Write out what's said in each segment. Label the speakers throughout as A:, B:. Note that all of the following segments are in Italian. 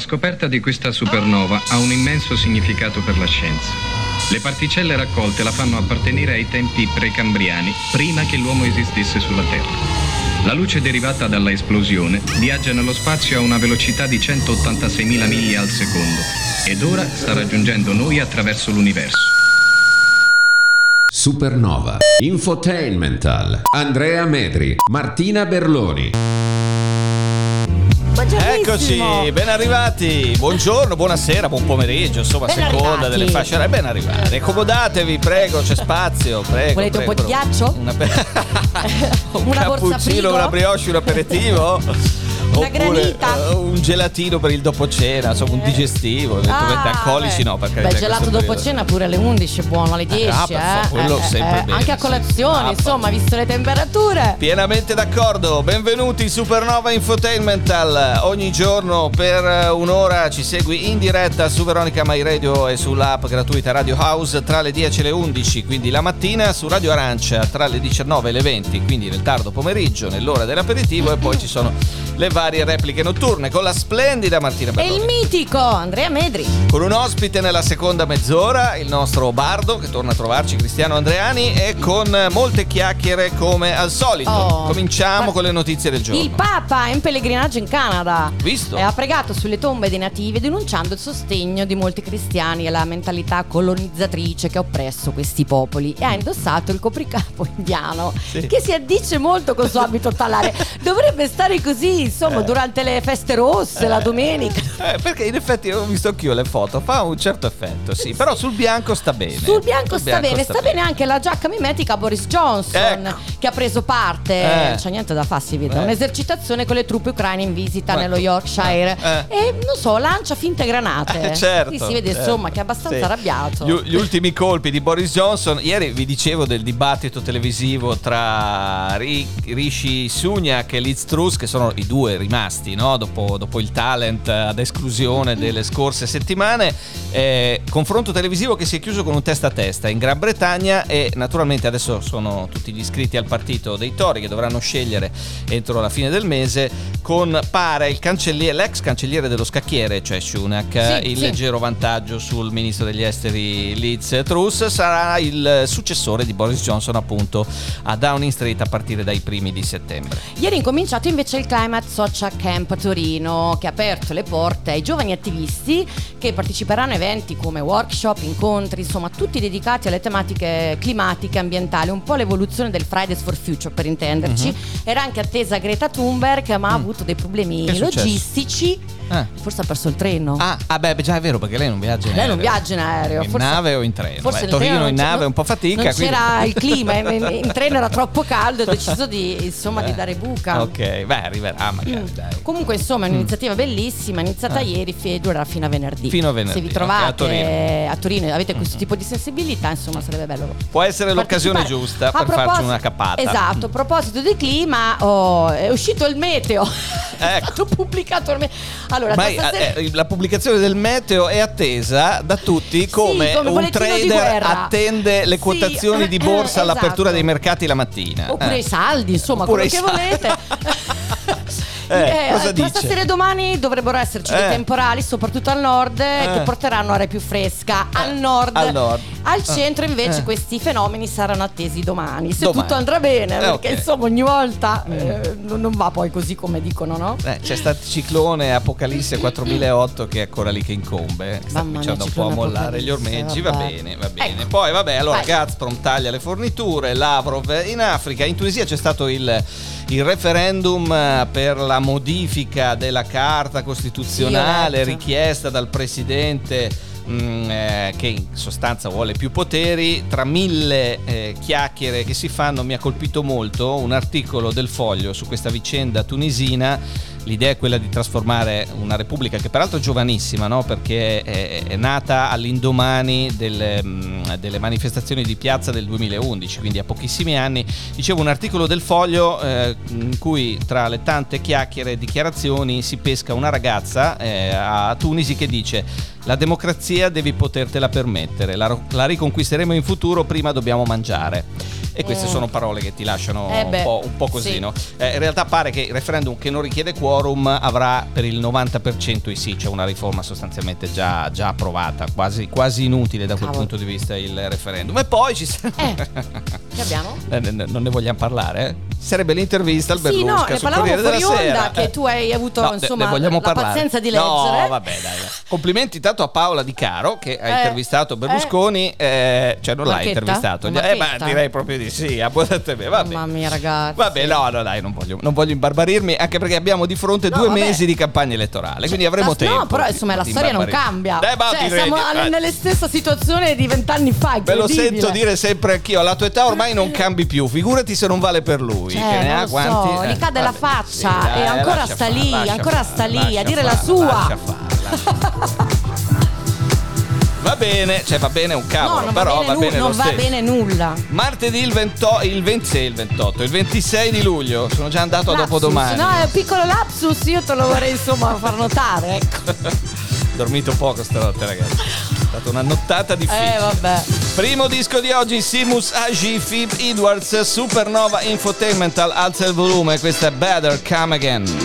A: scoperta di questa supernova ha un immenso significato per la scienza. Le particelle raccolte la fanno appartenere ai tempi precambriani, prima che l'uomo esistesse sulla Terra. La luce derivata dalla esplosione viaggia nello spazio a una velocità di 186.000 miglia al secondo ed ora sta raggiungendo noi attraverso l'universo.
B: Supernova Infotainmental. Andrea Medri, Martina Berloni.
C: Eccoci, ben arrivati. Buongiorno, buonasera, buon pomeriggio, insomma, a seconda delle fasce. Ben arrivati. Accomodatevi, prego, c'è spazio, prego.
D: Volete
C: prego,
D: un po' di ghiaccio?
C: un
D: Una borsa
C: cappuccino,
D: frigo?
C: una brioche, un aperitivo.
D: Una
C: Oppure
D: granita?
C: Un gelatino per il dopo cena, insomma un digestivo, eventualmente alcolici no, perché
D: beh, gelato dopo cena pure alle 11 è buono, alle 10
C: quello sempre bene,
D: anche a colazione, insomma, visto le temperature.
C: Pienamente d'accordo. Benvenuti in Supernova Infotainmental. Ogni giorno per un'ora ci segui in diretta su Veronica My Radio e sull'app gratuita Radio House tra le 10 e le 11, quindi la mattina, su Radio Arancia tra le 19 e le 20, quindi nel tardo pomeriggio, nell'ora dell'aperitivo, e poi ci sono le varie repliche notturne con la splendida Martina Berloni
D: e il mitico Andrea Medri,
C: con un ospite nella seconda mezz'ora, il nostro bardo che torna a trovarci, Cristiano Andreani, e con molte chiacchiere come al solito. Cominciamo con le notizie del giorno.
D: Il Papa è in pellegrinaggio in Canada.
C: Visto?
D: E ha pregato sulle tombe dei nativi, denunciando il sostegno di molti cristiani alla mentalità colonizzatrice che ha oppresso questi popoli, e ha indossato il copricapo indiano, che si addice molto col suo abito talare. Dovrebbe stare così, insomma, durante le feste rosse, la domenica.
C: Perché in effetti ho visto anch'io le foto, fa un certo effetto, sì. Però sul bianco sta bene.
D: Sul bianco sta bene anche la giacca mimetica Boris Johnson, che ha preso parte, non c'è niente da fare, si vede, un'esercitazione con le truppe ucraine in visita nello Yorkshire, e non so, lancia finte granate.
C: Certo,
D: sì, si vede insomma che è abbastanza arrabbiato.
C: Gli ultimi colpi di Boris Johnson. Ieri vi dicevo del dibattito televisivo tra Rishi Sunak e Liz Truss, che sono i due rimasti, no? Dopo il talent ad esclusione delle scorse settimane. Confronto televisivo che si è chiuso con un testa a testa in Gran Bretagna, e naturalmente adesso sono tutti gli iscritti al partito dei Tory che dovranno scegliere entro la fine del mese, con pare l'ex cancelliere dello scacchiere, cioè Sunak, leggero vantaggio sul ministro degli esteri Liz Truss. Sarà il successore di Boris Johnson appunto a Downing Street a partire dai primi di settembre.
D: Ieri è incominciato invece il Climate Social Camp a Torino, che ha aperto le porte ai giovani attivisti che parteciperanno a eventi come workshop, incontri, insomma tutti dedicati alle tematiche climatiche e ambientali, un po' l'evoluzione del Fridays for Future per intenderci. Era anche attesa Greta Thunberg, ma ha avuto dei problemi logistici. Forse ha perso il treno.
C: Beh, già è vero, perché lei non viaggia in aereo.
D: Lei non viaggia in aereo.
C: In nave o in treno?
D: Forse
C: Torino in nave è un po' fatica.
D: Non c'era il clima, in treno era troppo caldo, ha deciso di dare buca.
C: Ok, beh, arriverà magari. Dai.
D: Comunque insomma è un'iniziativa bellissima, iniziata ieri, durerà fino a venerdì. Se vi trovate a Torino e avete questo tipo di sensibilità, insomma sarebbe bello.
C: Può essere l'occasione giusta per farci una cappata.
D: Esatto, a proposito di clima, è uscito il meteo. È stato pubblicato il meteo. Allora,
C: la pubblicazione del meteo è attesa da tutti come un trader attende le quotazioni di borsa all'apertura dei mercati la mattina.
D: Oppure i saldi, insomma, quello che volete.
C: Cosa dice?
D: Stasera e domani dovrebbero esserci dei temporali, soprattutto al nord, che porteranno aria più fresca al nord. Al centro invece questi fenomeni saranno attesi domani, se tutto andrà bene, perché insomma ogni volta non va poi così come dicono, no?
C: C'è stato ciclone Apocalisse 4008 che è ancora lì che incombe, sta cominciando un po' a mollare gli ormeggi. Va bene. Ecco. Poi allora Gazprom taglia le forniture, Lavrov in Africa. In Tunisia c'è stato il referendum per la modifica della carta costituzionale richiesta dal presidente, che in sostanza vuole più poteri. Tra mille chiacchiere che si fanno, mi ha colpito molto un articolo del Foglio su questa vicenda tunisina. L'idea è quella di trasformare una repubblica che peraltro è giovanissima, no? Perché è nata all'indomani delle manifestazioni di piazza del 2011, quindi a pochissimi anni. Dicevo, un articolo del Foglio in cui tra le tante chiacchiere e dichiarazioni si pesca una ragazza a Tunisi che dice: la democrazia devi potertela permettere, la riconquisteremo in futuro, prima dobbiamo mangiare. E queste sono parole che ti lasciano un po' così, no? In realtà pare che il referendum che non richiede quorum avrà per il 90% i sì, c'è una riforma sostanzialmente già approvata, quasi inutile da quel punto di vista il referendum. E poi ci
D: che abbiamo?
C: Non ne vogliamo parlare? Sarebbe l'intervista al Berlusca sul Corriere della Sera
D: che tu hai avuto
C: la
D: pazienza di leggere.
C: No, vabbè, dai. Complimenti tanto a Paola Di Caro che ha intervistato Berlusconi, cioè non l'hai intervistato, ma direi proprio di sì, a buona te. Vabbè.
D: Mamma mia, ragazzi.
C: Vabbè, no, dai, non voglio imbarbarirmi, anche perché abbiamo di fronte 2 mesi di campagna elettorale, quindi avremo tempo.
D: No, però insomma la storia non cambia. Siamo nella stessa situazione di 20 anni fa.
C: Ve lo sento dire sempre anch'io, alla tua età ormai non cambi più, figurati se non vale per lui. Che ne ha quanti?
D: Gli cade la faccia e ancora sta lì a dire la sua.
C: Va bene, cioè va bene un cavolo, però va bene lo stesso.
D: Non va bene nulla.
C: Martedì il 26 di luglio, sono già andato a dopodomani.
D: No, è un piccolo lapsus, io te lo vorrei far notare, ecco.
C: Dormito poco stanotte, ragazzi. È stata una nottata difficile.
D: Vabbè.
C: Primo disco di oggi, Seamus Agi, Phoebe Edwards, Supernova Infotainmental, alza il volume, questa è Better Come Again.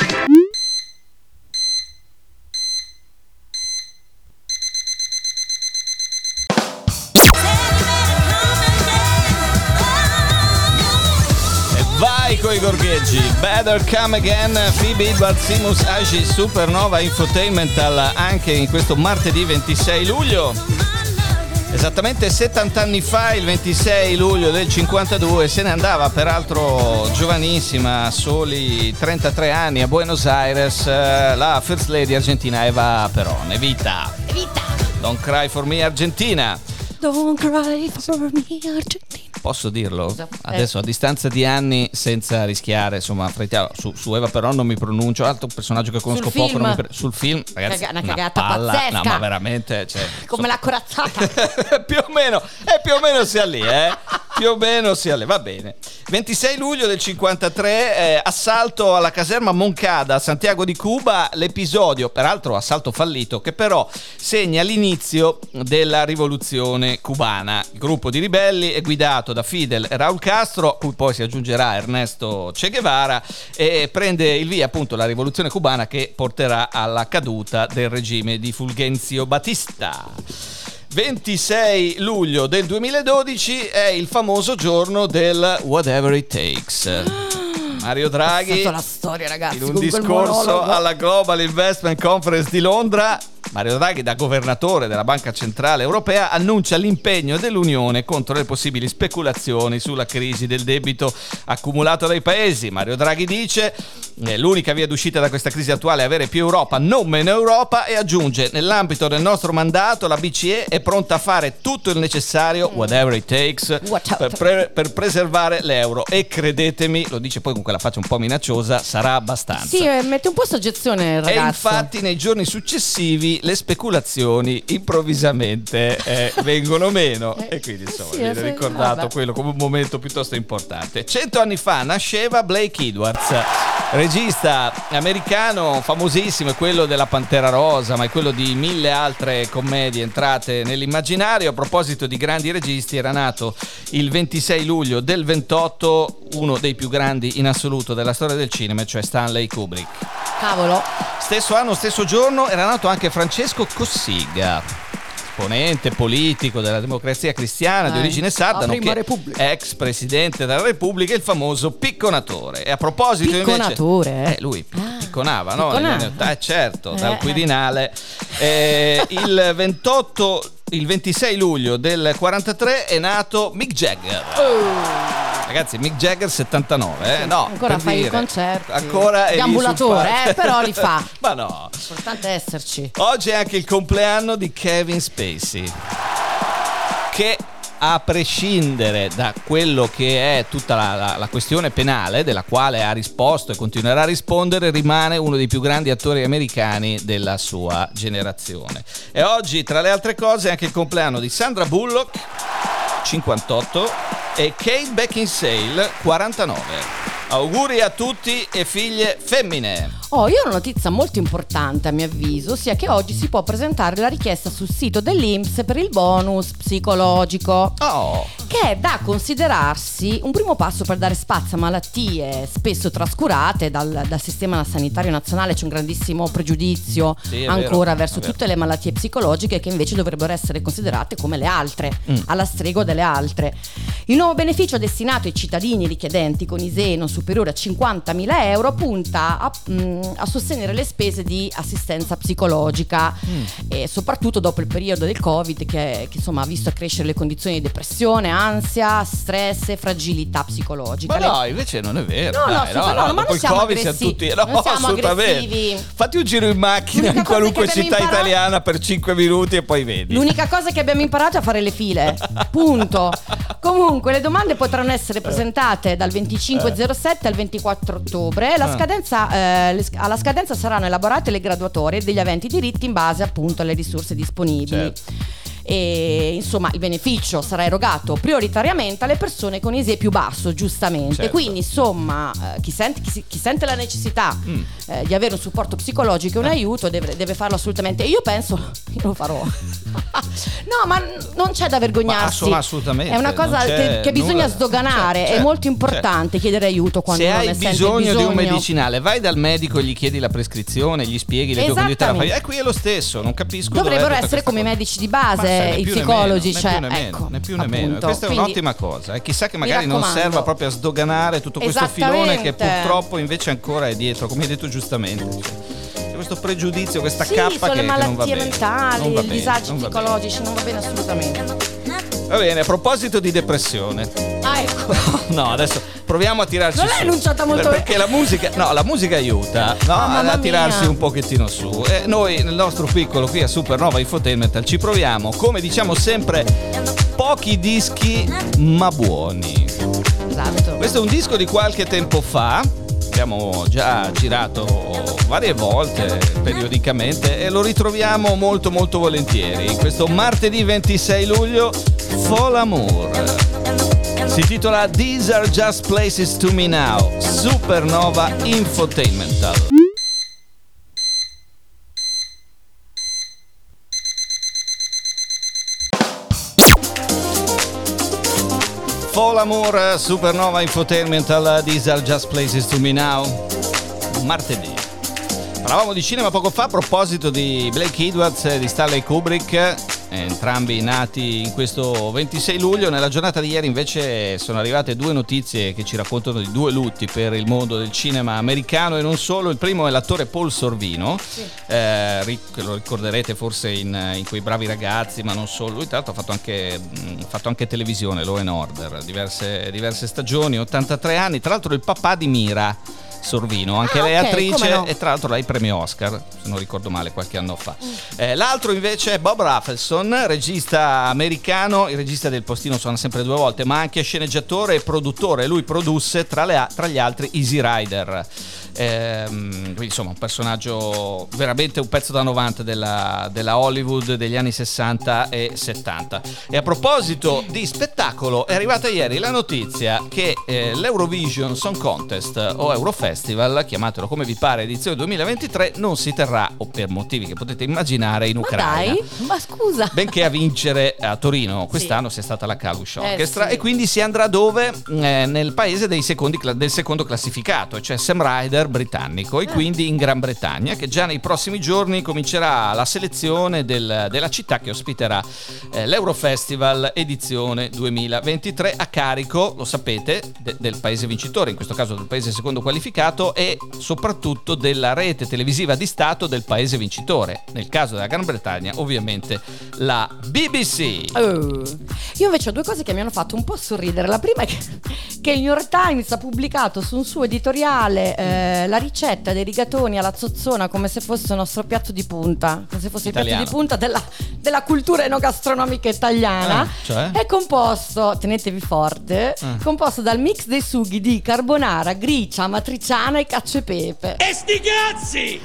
C: Coi gorgheggi, Better Come Again, Phoebe Edwards, Seamus Agi, Supernova Infotainmental, anche in questo martedì 26 luglio. Esattamente 70 anni fa, il 26 luglio del 52, se ne andava peraltro giovanissima, soli 33 anni, a Buenos Aires, la First Lady argentina Eva Perón. Evita. Don't cry for me Argentina.
D: Don't cry for me Argentina.
C: Posso dirlo? Adesso a distanza di anni, senza rischiare, insomma, su Eva Perón non mi pronuncio, altro personaggio che conosco poco, sul film, ragazzi,
D: una cagata
C: palla,
D: pazzesca.
C: no, ma veramente,
D: come la corazzata.
C: più o meno sia lì, più o meno sia lì, va bene. 26 luglio del 53, assalto alla caserma Moncada a Santiago di Cuba, l'episodio, peraltro assalto fallito, che però segna l'inizio della rivoluzione cubana. Il gruppo di ribelli è guidato da Fidel e Raúl Castro, a cui poi si aggiungerà Ernesto Che Guevara, e prende il via appunto la rivoluzione cubana che porterà alla caduta del regime di Fulgencio Batista. 26 luglio del 2012 è il famoso giorno del Whatever It Takes. Mario Draghi,
D: la storia, ragazzi,
C: in un discorso alla Global Investment Conference di Londra, Mario Draghi, da governatore della Banca Centrale Europea, annuncia l'impegno dell'Unione contro le possibili speculazioni sulla crisi del debito accumulato dai paesi. Mario Draghi dice: l'unica via d'uscita da questa crisi attuale è avere più Europa, non meno Europa, e aggiunge: nell'ambito del nostro mandato la BCE è pronta a fare tutto il necessario, whatever it takes, per preservare l'euro, e credetemi, lo dice poi con quella faccia un po' minacciosa, sarà abbastanza.
D: Sì, mette un po' soggezione il ragazzo.
C: E infatti nei giorni successivi le speculazioni improvvisamente vengono meno, e quindi insomma viene ricordato quello come un momento piuttosto importante. 100 anni fa nasceva Blake Edwards, regista americano famosissimo, è quello della Pantera Rosa, ma è quello di 1000 altre commedie entrate nell'immaginario. A proposito di grandi registi, era nato il 26 luglio del 28 uno dei più grandi in assoluto della storia del cinema, cioè Stanley Kubrick.
D: Cavolo.
C: Stesso anno, stesso giorno era nato anche Francesco Cossiga, esponente politico della Democrazia Cristiana di origine sarda, nonché ex presidente della Repubblica, il famoso picconatore. E a proposito
D: picconatore,
C: invece, lui picconava, no? Negli anni 80, certo, dal Quirinale. Il 26 luglio del 43 è nato Mick Jagger. Ragazzi, Mick Jagger 79, no?
D: Ancora fai i concerti.
C: Ancora
D: è ambulatore, però li fa.
C: Ma no.
D: L'importante è esserci.
C: Oggi è anche il compleanno di Kevin Spacey, che a prescindere da quello che è tutta la questione penale, della quale ha risposto e continuerà a rispondere, rimane uno dei più grandi attori americani della sua generazione. E oggi, tra le altre cose, è anche il compleanno di Sandra Bullock, 58, e Kate Beckinsale, 49. Auguri a tutti e figlie femmine.
D: Io ho una notizia molto importante a mio avviso, ossia che oggi si può presentare la richiesta sul sito dell'INPS per il bonus psicologico.
C: Oh.
D: Che è da considerarsi un primo passo per dare spazio a malattie spesso trascurate dal sistema sanitario nazionale. C'è un grandissimo pregiudizio ancora verso tutte le malattie psicologiche che invece dovrebbero essere considerate come le altre, alla stregua delle altre. Il nuovo beneficio destinato ai cittadini richiedenti con ISEE non superiore a 50.000 euro punta a sostenere le spese di assistenza psicologica, e soprattutto dopo il periodo del Covid che insomma ha visto crescere le condizioni di depressione, ansia, stress e fragilità psicologica.
C: Ma no, invece non è vero.
D: No, ma
C: dopo il Covid siamo tutti
D: non siamo
C: assolutamente
D: aggressivi.
C: Fatti un giro in macchina in qualunque città italiana per 5 minuti e poi vedi.
D: L'unica cosa che abbiamo imparato è a fare le file. Punto. Comunque le domande potranno essere presentate dal 25/07 al 24 ottobre. Alla scadenza saranno elaborate le graduatorie degli aventi diritti in base appunto alle risorse disponibili. Certo. E insomma il beneficio sarà erogato prioritariamente alle persone con ISEE più basso, giustamente. Certo. Quindi insomma chi sente la necessità di avere un supporto psicologico e un aiuto deve farlo assolutamente. Io penso io lo farò. No, ma non c'è da vergognarsi.
C: Assolutamente.
D: È una cosa che bisogna sdoganare. Certo. È molto importante chiedere aiuto quando
C: se
D: non
C: hai
D: ne sente
C: bisogno di un medicinale, vai dal medico e gli chiedi la prescrizione, gli spieghi le tue condizioni. Qui è lo stesso, non capisco.
D: Dovrebbero essere come i medici di base, i psicologi,
C: né più né meno. Questa è un'ottima cosa. Chissà che magari non serva proprio a sdoganare tutto questo filone che purtroppo invece ancora è dietro, come hai detto giustamente. C'è questo pregiudizio, questa cappa che non va bene.
D: Le malattie mentali, i disagi psicologici, non va bene assolutamente.
C: Va bene, a proposito di depressione.
D: Ecco.
C: No, adesso proviamo a tirarci
D: su.
C: Non
D: l'hai enunciata molto
C: perché la musica aiuta, no? A tirarsi un pochettino su. E noi nel nostro piccolo qui a Supernova Infotainment ci proviamo, come diciamo sempre, pochi dischi ma buoni.
D: Esatto.
C: Questo è un disco di qualche tempo fa. Abbiamo già girato varie volte periodicamente e lo ritroviamo molto molto volentieri. Questo martedì 26 luglio, Fol Amour. Si intitola These Are Just Places to Me Now, Supernova Infotainmental. Fol Amour, Supernova Infotainmental, These Are Just Places to Me Now. Martedì. Parlavamo di cinema poco fa a proposito di Blake Edwards e di Stanley Kubrick, entrambi nati in questo 26 luglio. Nella giornata di ieri invece sono arrivate due notizie che ci raccontano di due lutti per il mondo del cinema americano e non solo. Il primo è l'attore Paul Sorvino, che lo ricorderete forse in Quei bravi ragazzi, ma non solo. Lui tra l'altro ha fatto anche televisione, Law and Order, diverse stagioni, 83 anni, tra l'altro il papà di Mira Sorvino, anche lei attrice, no? E tra l'altro lei premio Oscar, se non ricordo male, qualche anno fa. L'altro invece è Bob Rafelson, regista americano. Il regista del Postino suona sempre due volte, ma anche sceneggiatore e produttore. Lui produsse tra gli altri Easy Rider. Quindi insomma un personaggio veramente un pezzo da 90 della Hollywood degli anni 60 e 70. E a proposito di spettacolo, è arrivata ieri la notizia che l'Eurovision Song Contest o Eurofestival, chiamatelo come vi pare, edizione 2023, non si terrà, o per motivi che potete immaginare, in Ucraina.
D: Ma scusa,
C: benché a vincere a Torino quest'anno sia stata la Kalush Orchestra, e quindi si andrà dove? Nel paese del secondo classificato, cioè Sam Ryder britannico, e quindi in Gran Bretagna, che già nei prossimi giorni comincerà la selezione della città che ospiterà l'Eurofestival edizione 2023 a carico, lo sapete, del paese vincitore, in questo caso del paese secondo qualificato, e soprattutto della rete televisiva di Stato del paese vincitore, nel caso della Gran Bretagna ovviamente la BBC.
D: Io invece ho due cose che mi hanno fatto un po' sorridere. La prima è che il New York Times ha pubblicato su un suo editoriale la ricetta dei rigatoni alla zozzona come se fosse il nostro piatto di punta, come se fosse italiano. Il piatto di punta della cultura enogastronomica italiana.
C: Cioè?
D: È composto, tenetevi forte, composto dal mix dei sughi di carbonara, gricia, amatriciana e cacio e pepe.
E: E sti cazzi!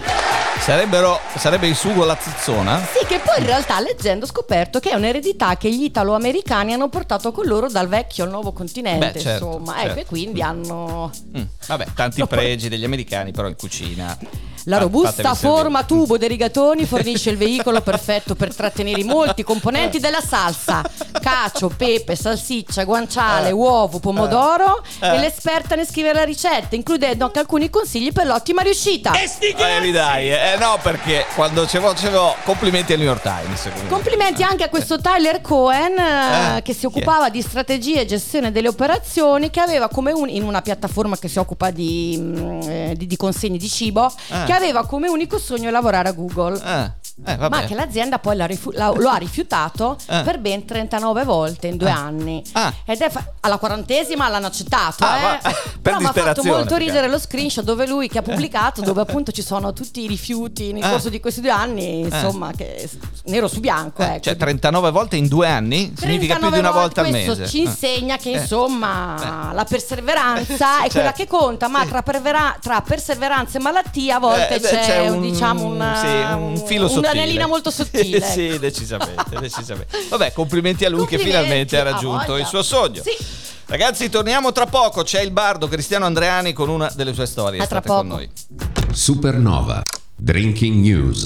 C: Sarebbe il sugo alla zozzona?
D: Sì, che poi in realtà leggendo ho scoperto che è un'eredità che gli italo-americani hanno portato con loro dal vecchio al nuovo continente.
C: Certo.
D: Ecco, e quindi hanno
C: tanti pregi degli americani però in cucina.
D: La robusta
C: fatevi
D: forma tubo dei rigatoni fornisce il veicolo perfetto per trattenere i molti componenti della salsa: cacio, pepe, salsiccia, guanciale, uovo, pomodoro e l'esperta ne scrive la ricetta, includendo anche alcuni consigli per l'ottima riuscita.
C: Dai, no, perché quando c'avevo complimenti al New York Times.
D: Complimenti anche a questo Tyler Cohen che si occupava di strategia e gestione delle operazioni, che aveva come in una piattaforma che si occupa di consegni di cibo, che aveva come unico sogno lavorare a Google. Ma che l'azienda poi lo ha rifiutato per ben 39 volte in 2 anni. Ed è alla 40esima l'hanno accettato. Però mi ha fatto molto ridere lo screenshot dove lui che ha pubblicato, dove appunto ci sono tutti i rifiuti nel corso di questi 2 anni, insomma, che nero su bianco.
C: Cioè 39 volte in 2 anni significa più di una volta al mese.
D: Questo ci insegna che insomma la perseveranza è quella che conta, ma tra perseveranza e malattia a volte c'è un filo sottile. Un'anellina molto sottile.
C: Sì, decisamente. Vabbè, complimenti a lui che finalmente ha raggiunto il suo sogno. Sì. Ragazzi, torniamo tra poco. C'è il bardo Cristiano Andreani con una delle sue storie. State con noi.
B: Supernova Drinking News.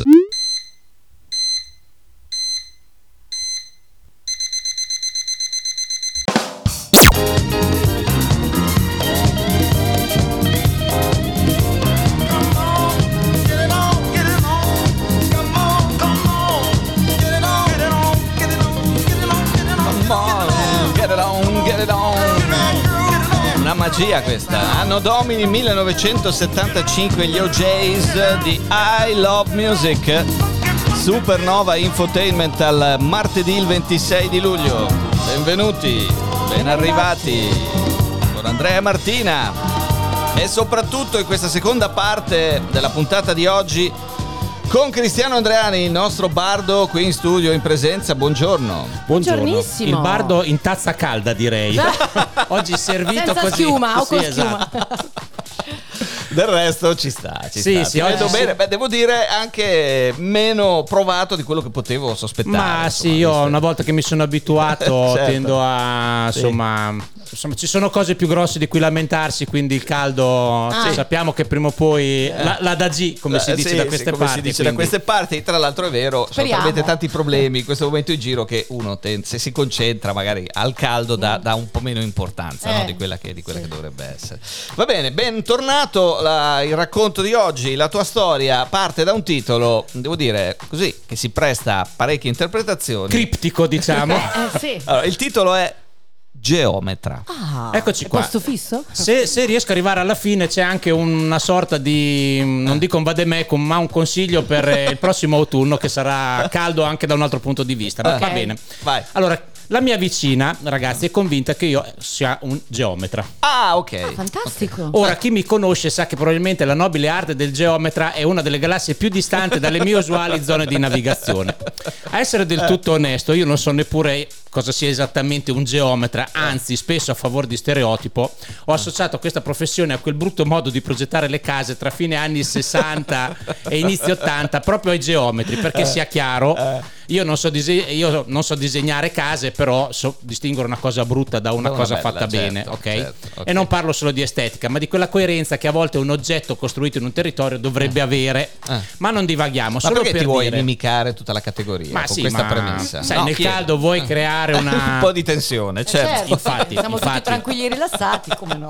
C: Una magia questa. Anno domini 1975, gli OJs di I Love Music. Supernova Infotainment al martedì il 26 di luglio. Benvenuti, ben arrivati con Andrea e Martina. E soprattutto in questa seconda parte della puntata di oggi con Cristiano Andreani, il nostro bardo qui in studio in presenza. Buongiorno.
D: Buongiornissimo.
E: Il bardo in tazza calda, direi. Oggi servito
D: senza
E: così.
D: schiuma o con
E: sì,
D: schiuma.
E: Esatto.
C: Del resto ci sta.
E: Sì,
C: vedo bene. Beh, devo dire anche meno provato di quello che potevo sospettare.
E: Ma
C: insomma,
E: sì, io una volta che mi sono abituato
C: certo.
E: tendo a insomma, ci sono cose più grosse di cui lamentarsi, quindi il caldo sappiamo che prima o poi la da G, come si dice da queste
C: come
E: parti.
C: si dice da queste parti. Tra l'altro è vero, sono talmente tanti problemi in questo momento in giro che uno se si concentra magari al caldo dà un po' meno importanza, no? di quella che dovrebbe essere. Va bene, bentornato. Il racconto di oggi, la tua storia parte da un titolo, devo dire così, che si presta a parecchie interpretazioni.
E: Criptico, diciamo.
D: Sì.
C: Allora, il titolo è Geometra.
E: Eccoci qua.
D: Posto fisso?
E: Se riesco ad arrivare alla fine c'è anche una sorta di, non dico un vademecum, ma un consiglio per il prossimo autunno che sarà caldo anche da un altro punto di vista. Va bene.
C: Vai.
E: Allora, la mia vicina, ragazzi, è convinta che io sia un geometra.
C: Ok.
D: Fantastico.
E: Ora, chi mi conosce sa che probabilmente la nobile arte del geometra è una delle galassie più distanti dalle mie usuali zone di navigazione. A essere del tutto onesto, io non so neppure cosa sia esattamente un geometra, anzi spesso a favore di stereotipo ho associato questa professione a quel brutto modo di progettare le case tra fine anni 60 e inizio 80 proprio ai geometri, perché sia chiaro, io non so disegnare case, però so distinguere una cosa brutta da una cosa bella, fatta bene, ok?
C: Certo.
E: E non parlo solo di estetica, ma di quella coerenza che a volte un oggetto costruito in un territorio dovrebbe avere. Ma non divaghiamo,
C: ma
E: solo
C: perché
E: per
C: ti vuoi
E: dire...
C: mimicare tutta la categoria con questa premessa?
E: Sai, nel caldo vuoi creare una...
C: un po' di tensione, certo.
E: Infatti,
D: siamo tutti tranquilli e rilassati, come no?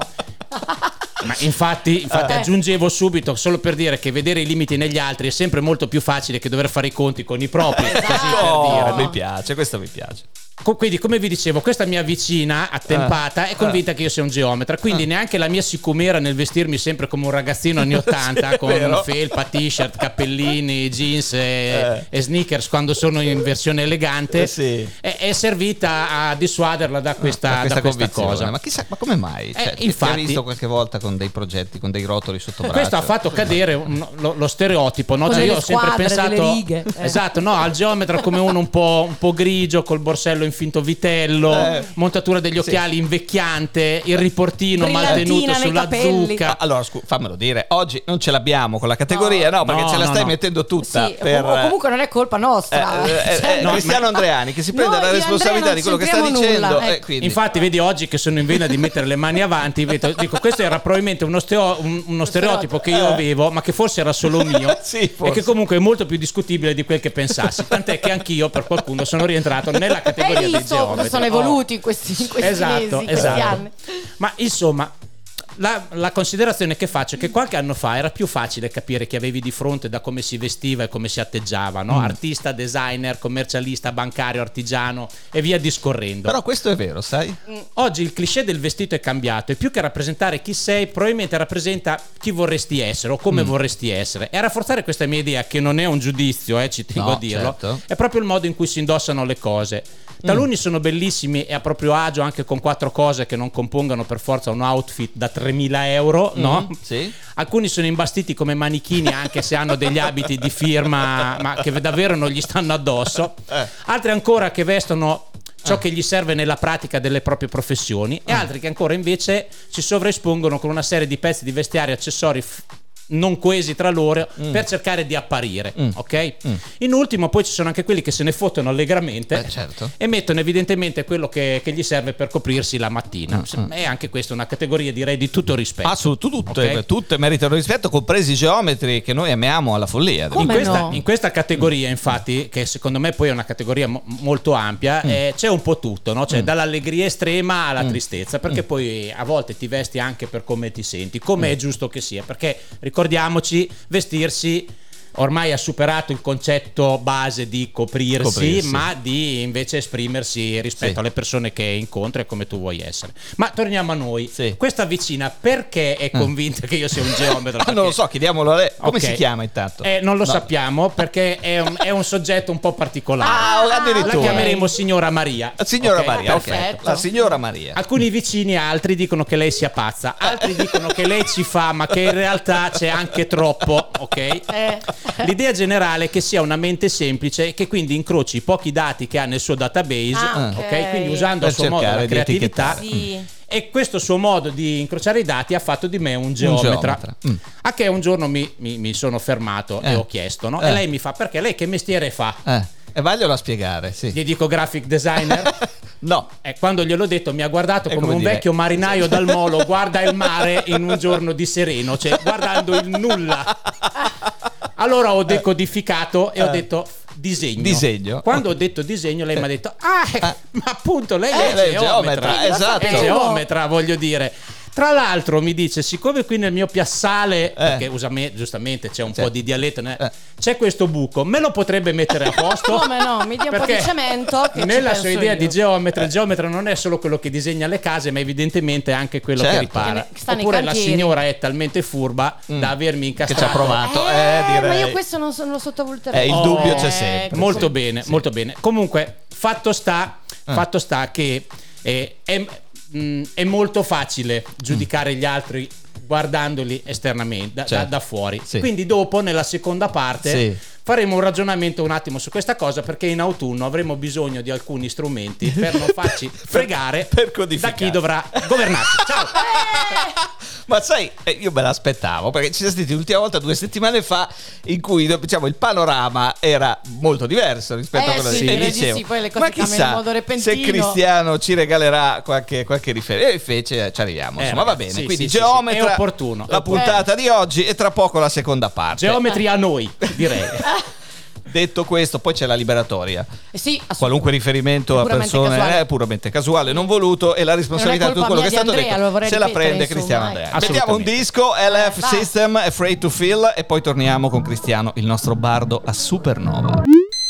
E: Ma infatti aggiungevo subito, solo per dire che vedere i limiti negli altri è sempre molto più facile che dover fare i conti con i propri. Così per dire, no?
C: Mi piace, questo mi piace.
E: Quindi, come vi dicevo, questa mia vicina attempata è convinta che io sia un geometra, quindi neanche la mia sicumera nel vestirmi sempre come un ragazzino anni 80
C: sì,
E: con felpa, t-shirt, cappellini, jeans e sneakers quando sono in versione elegante è servita a dissuaderla da questa cosa.
C: Ma chissà, ma come mai?
E: Infatti,
C: ti hai visto qualche volta con dei progetti, con dei rotoli sotto braccio?
E: Questo ha fatto cadere lo stereotipo, no? Cioè, io ho sempre pensato al geometra come uno un po' grigio col borsello in finto vitello, montatura degli occhiali invecchiante, il riportino mal tenuto sulla zucca.
C: Allora fammelo dire, oggi non ce l'abbiamo con la categoria, perché ce la stai mettendo tutta.
D: Comunque non è colpa nostra.
C: Cristiano Andreani che si prende la responsabilità di quello che sta dicendo.
E: Infatti vedi oggi che sono in vena di mettere le mani avanti, dico questo era probabilmente uno stereotipo che io avevo, ma che forse era solo mio e che comunque è molto più discutibile di quel che pensassi, tant'è che anch'io per qualcuno sono rientrato nella categoria dei geometri.
D: Sono evoluti in questi mesi, questi anni.
E: Ma insomma, la considerazione che faccio è che qualche anno fa era più facile capire chi avevi di fronte da come si vestiva e come si atteggiava, no? Artista, designer, commercialista, bancario, artigiano e via discorrendo.
C: Però questo è vero, sai?
E: Oggi il cliché del vestito è cambiato e più che rappresentare chi sei, probabilmente rappresenta chi vorresti essere o come vorresti essere. E a rafforzare questa mia idea, che non è un giudizio, ci tengo a dirlo,
C: certo.
E: È proprio il modo in cui si indossano le cose. Taluni sono bellissimi e a proprio agio anche con 4 cose che non compongano per forza un outfit da 3.000 euro, no?
C: Sì.
E: Alcuni sono imbastiti come manichini anche se hanno degli abiti di firma ma che davvero non gli stanno addosso. Altri ancora che vestono ciò che gli serve nella pratica delle proprie professioni e altri che ancora invece si sovraespongono con una serie di pezzi di vestiario e accessori non coesi tra loro per cercare di apparire, ok? In ultimo poi ci sono anche quelli che se ne fottono allegramente
C: certo.
E: e mettono evidentemente quello che gli serve per coprirsi la mattina. E anche questa è una categoria, direi, di tutto rispetto.
C: Tutte meritano rispetto, compresi i geometri che noi amiamo alla follia.
E: In questa categoria, infatti, che secondo me poi è una categoria molto ampia, c'è un po' tutto, no? Cioè dall'allegria estrema alla tristezza, perché poi a volte ti vesti anche per come ti senti, come è giusto che sia, perché ricordiamoci, vestirsi ormai ha superato il concetto base di coprirsi, ma di invece esprimersi rispetto alle persone che incontri e come tu vuoi essere. Ma torniamo a noi. Questa vicina perché è convinta che io sia un geometra?
C: Non lo so, chiediamolo a lei. Come si chiama intanto?
E: Non lo sappiamo perché è un soggetto un po' particolare.
C: Addirittura.
E: La chiameremo signora Maria.
C: Signora Maria,
D: perfetto.
C: La signora Maria.
E: Alcuni vicini, altri dicono che lei sia pazza, altri dicono che lei ci fa, ma che in realtà c'è anche troppo, ok? L'idea generale è che sia una mente semplice e che quindi incroci i pochi dati che ha nel suo database, ok? Quindi usando a suo modo la creatività. E questo suo modo di incrociare i dati ha fatto di me un geometra. A che un giorno mi sono fermato e ho chiesto, no? E lei mi fa: perché lei che mestiere fa?
C: E vaglielo a spiegare,
E: Gli dico graphic designer.
C: No.
E: Quando gliel'ho detto mi ha guardato come un vecchio marinaio dal molo guarda il mare in un giorno di sereno, cioè guardando il nulla. Allora ho decodificato e ho detto disegno. Quando ho detto disegno lei mi ha detto ma appunto lei è geometra.
C: Esatto.
E: È geometra, voglio dire. Tra l'altro mi dice, siccome qui nel mio piazzale, perché giustamente c'è un po' di dialetto, c'è questo buco, me lo potrebbe mettere a posto?
D: Come no, mi dia un po' di cemento che
E: nella sua idea di geometra, il geometra non è solo quello che disegna le case, ma evidentemente anche quello che ripara. Oppure la signora è talmente furba da avermi incastrato.
C: Che ci ha provato, direi.
D: Ma io questo non lo sottovaluterei.
C: Il dubbio c'è sempre.
E: Molto bene, molto bene. Comunque, fatto sta che è molto facile giudicare gli altri guardandoli esternamente da fuori. Quindi dopo nella seconda parte faremo un ragionamento un attimo su questa cosa, perché in autunno avremo bisogno di alcuni strumenti per non farci fregare da chi dovrà governarci. Ciao.
C: Ma sai, io me l'aspettavo, perché ci siamo stati l'ultima volta 2 settimane fa in cui, diciamo, il panorama era molto diverso rispetto a quello che dicevo.
D: Poi le cose cambiano in modo repentino.
C: Se Cristiano ci regalerà qualche riferimento, e invece ci arriviamo. Insomma, va bene. Quindi geometra,
E: è opportuno.
C: La puntata di oggi e tra poco la seconda parte.
E: Geometri a noi, direi.
C: Detto questo, poi c'è la liberatoria.
D: Qualunque
C: riferimento a persone è puramente casuale, non voluto, e la responsabilità di tutto quello che è stato detto se la prende Cristiano Andrea. Mettiamo un disco, LF System, Afraid to Feel, e poi torniamo con Cristiano, il nostro bardo a Supernova.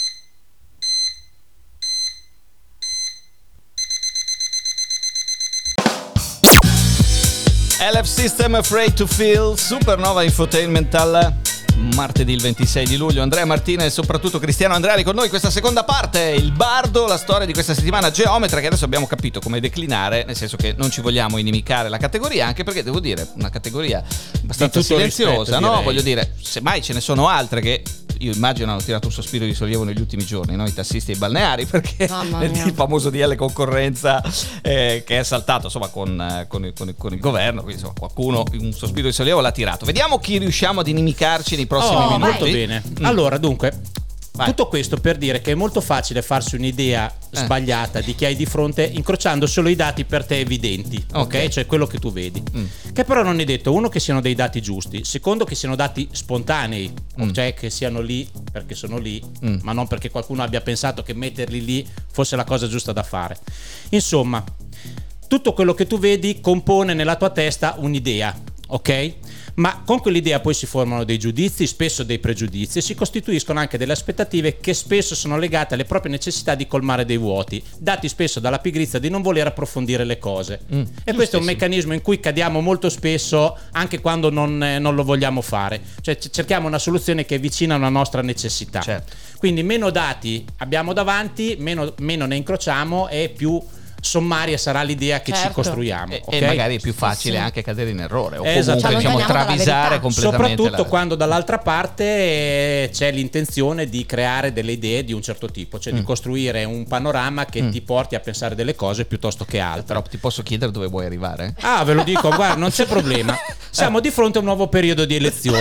C: LF System, Afraid to Feel, Supernova Infotainment al martedì il 26 di luglio. Andrea Martina e soprattutto Cristiano Andreani con noi. Questa seconda parte, il bardo, la storia di questa settimana geometra, che adesso abbiamo capito come declinare, nel senso che non ci vogliamo inimicare la categoria, anche perché devo dire una categoria abbastanza silenziosa, no? Voglio dire, semmai ce ne sono altre che io immagino hanno tirato un sospiro di sollievo negli ultimi giorni, no? I tassisti e i balneari, perché il famoso DL concorrenza che è saltato insomma con il governo, quindi insomma qualcuno un sospiro di sollievo l'ha tirato. Vediamo chi riusciamo ad inimicarci nei prossimi minuti.
E: Molto bene. Allora, dunque, tutto questo per dire che è molto facile farsi un'idea sbagliata di chi hai di fronte incrociando solo i dati per te evidenti, ok? Cioè quello che tu vedi. Che però non è detto, uno, che siano dei dati giusti, secondo, che siano dati spontanei, cioè che siano lì perché sono lì, ma non perché qualcuno abbia pensato che metterli lì fosse la cosa giusta da fare. Insomma, tutto quello che tu vedi compone nella tua testa un'idea, ok? Ma con quell'idea poi si formano dei giudizi, spesso dei pregiudizi, e si costituiscono anche delle aspettative che spesso sono legate alle proprie necessità di colmare dei vuoti, dati spesso dalla pigrizia di non voler approfondire le cose. E questo è un meccanismo in cui cadiamo molto spesso anche quando non lo vogliamo fare, cioè cerchiamo una soluzione che è vicina a una nostra necessità.
C: Certo.
E: Quindi meno dati abbiamo davanti, meno ne incrociamo e più sommaria sarà l'idea che ci costruiamo,
C: e magari è più facile anche cadere in errore o comunque
D: Esatto.
C: travisare completamente,
E: soprattutto quando dall'altra parte c'è l'intenzione di creare delle idee di un certo tipo, cioè di costruire un panorama che ti porti a pensare delle cose piuttosto che altre.
C: Però ti posso chiedere dove vuoi arrivare?
E: Ve lo dico, guarda, non c'è problema, siamo di fronte a un nuovo periodo di elezioni,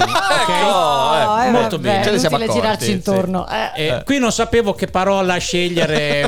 E: ok? Molto bene,
C: ce ne siamo
D: inutile
C: accorti,
D: girarci intorno.
E: Qui non sapevo che parola scegliere.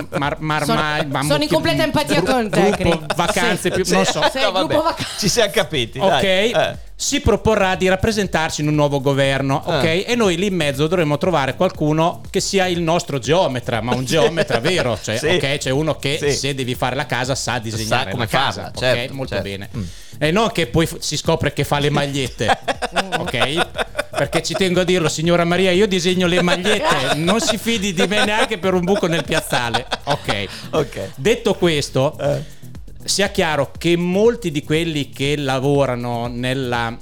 D: Sono in completa empatia con te,
E: gruppo vacanze più, non so.
D: Sei il gruppo vacanze.
C: Ci siamo capiti,
E: ok,
C: dai.
E: Si proporrà di rappresentarci in un nuovo governo, ok? E noi lì in mezzo dovremo trovare qualcuno che sia il nostro geometra, ma un geometra vero, cioè ok, c'è uno che se devi fare la casa sa disegnare
C: come
E: la casa,
C: farla, certo,
E: ok? Molto
C: certo.
E: bene. E non che poi si scopre che fa le magliette, ok? Perché ci tengo a dirlo, signora Maria, io disegno le magliette, non si fidi di me neanche per un buco nel piazzale, ok? Detto questo, sia chiaro che molti di quelli che lavorano nella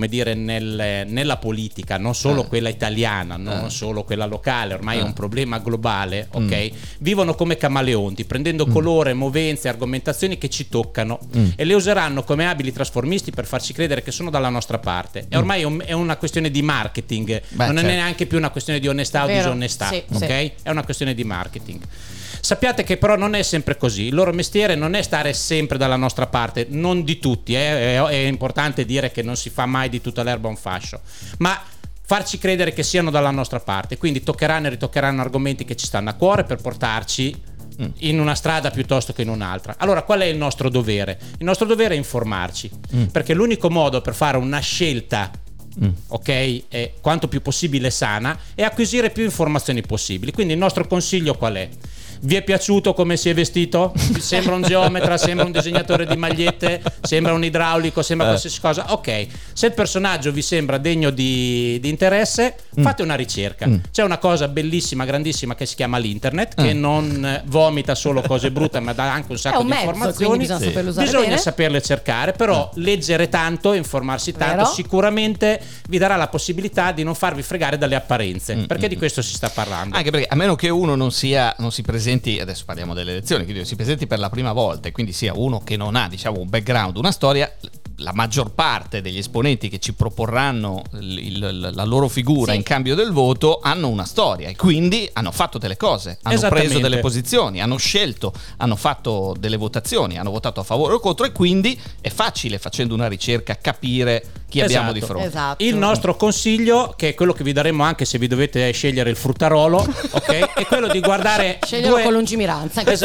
E: politica, non solo quella italiana, non solo quella locale, ormai è un problema globale, ok? Vivono come camaleonti, prendendo colore, movenze, argomentazioni che ci toccano e le useranno come abili trasformisti per farci credere che sono dalla nostra parte. E ormai è una questione di marketing, non è neanche più una questione di onestà o disonestà, ok? È una questione di marketing. Sappiate che però non è sempre così, il loro mestiere non è stare sempre dalla nostra parte, non di tutti, è importante dire che non si fa mai di tutta l'erba un fascio, ma farci credere che siano dalla nostra parte, quindi toccheranno e ritoccheranno argomenti che ci stanno a cuore per portarci in una strada piuttosto che in un'altra. Allora qual è il nostro dovere? Il nostro dovere è informarci, perché l'unico modo per fare una scelta ok, quanto più possibile sana, è acquisire più informazioni possibili. Quindi il nostro consiglio qual è? Vi è piaciuto come si è vestito? Sembra un geometra, sembra un disegnatore di magliette, sembra un idraulico, sembra qualsiasi cosa. Ok, se il personaggio vi sembra degno di interesse, fate una ricerca. C'è una cosa bellissima, grandissima che si chiama l'internet, che non vomita solo cose brutte, ma dà anche un sacco di informazioni. Bisogna saperle cercare, però leggere tanto, informarsi tanto, sicuramente vi darà la possibilità di non farvi fregare dalle apparenze, perché di questo si sta parlando.
C: Anche perché a meno che uno non si presenti, adesso parliamo delle elezioni, quindi si presenti per la prima volta e quindi sia uno che non ha, diciamo, un background, una storia, la maggior parte degli esponenti che ci proporranno la loro figura in cambio del voto hanno una storia e quindi hanno fatto delle cose, hanno preso delle posizioni, hanno scelto, hanno fatto delle votazioni, hanno votato a favore o contro, e quindi è facile, facendo una ricerca, capire chi abbiamo di fronte.
E: Il nostro consiglio, che è quello che vi daremo anche se vi dovete scegliere il fruttarolo, ok, è quello di guardare
D: con lungimiranza, che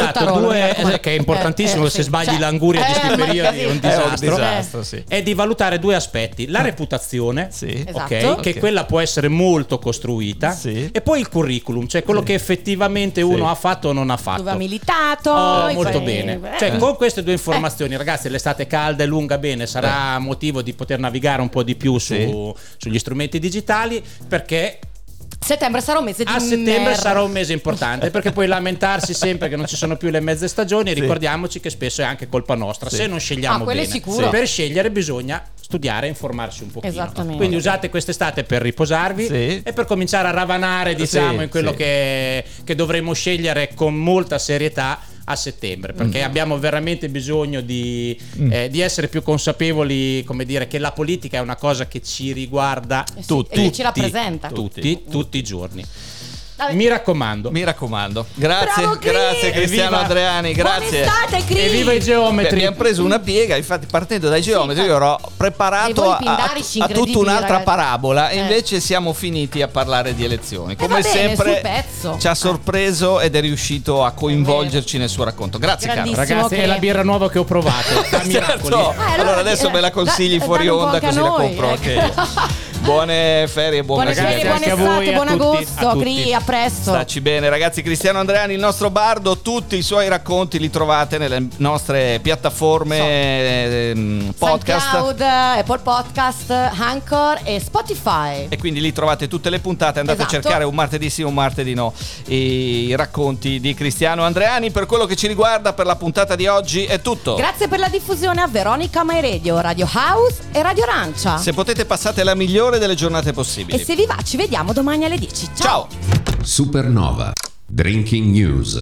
E: è importantissimo, se sbagli l'anguria di questi periodi è un disastro. È di valutare due aspetti: la reputazione, che quella può essere molto costruita, e poi il curriculum, cioè quello che effettivamente uno ha fatto o non ha fatto,
D: dove ha militato.
E: Molto bene. Cioè con queste due informazioni, ragazzi, l'estate calda e lunga bene, sarà motivo di poter navigare un po' di più sugli strumenti digitali, perché
D: settembre sarà un mese di
E: settembre sarà un mese importante, perché poi lamentarsi sempre che non ci sono più le mezze stagioni, ricordiamoci che spesso è anche colpa nostra se non scegliamo bene. Per scegliere bisogna studiare e informarsi un pochino. Quindi usate quest'estate per riposarvi e per cominciare a ravanare, diciamo, in quello che dovremo scegliere con molta serietà a settembre, perché abbiamo veramente bisogno di essere più consapevoli, come dire, che la politica è una cosa che ci riguarda
D: tutti, e che ci rappresenta
E: tutti i giorni. Mi raccomando.
C: Grazie Cristiano Andreani, grazie.
D: Buon estate, Cris.
E: E viva i geometri.
C: Abbiamo preso una piega, infatti partendo dai geometri io ero preparato a tutta un'altra parabola e invece siamo finiti a parlare di elezioni. Come sempre ci ha sorpreso ed è riuscito a coinvolgerci nel suo racconto. Grazie caro.
E: Ragazzi, è la birra nuova che ho provato, da miracoli.
C: Allora adesso me la consigli fuori onda così la compro anche io. Buone ferie, buone
D: estate, buon agosto, Cri, a presto.
C: Staci bene ragazzi. Cristiano Andreani, il nostro bardo, tutti i suoi racconti li trovate nelle nostre piattaforme podcast,
D: SoundCloud, Apple Podcast, Anchor e Spotify.
C: E quindi lì trovate tutte le puntate, andate a cercare un martedì sì, un martedì no, i racconti di Cristiano Andreani. Per quello che ci riguarda, per la puntata di oggi è tutto.
D: Grazie per la diffusione a Veronica My Radio, Radio House e Radio Arancia.
C: Se potete passate la migliore delle giornate possibili.
D: E se vi va ci vediamo domani alle 10. Ciao.
B: Supernova Drinking News.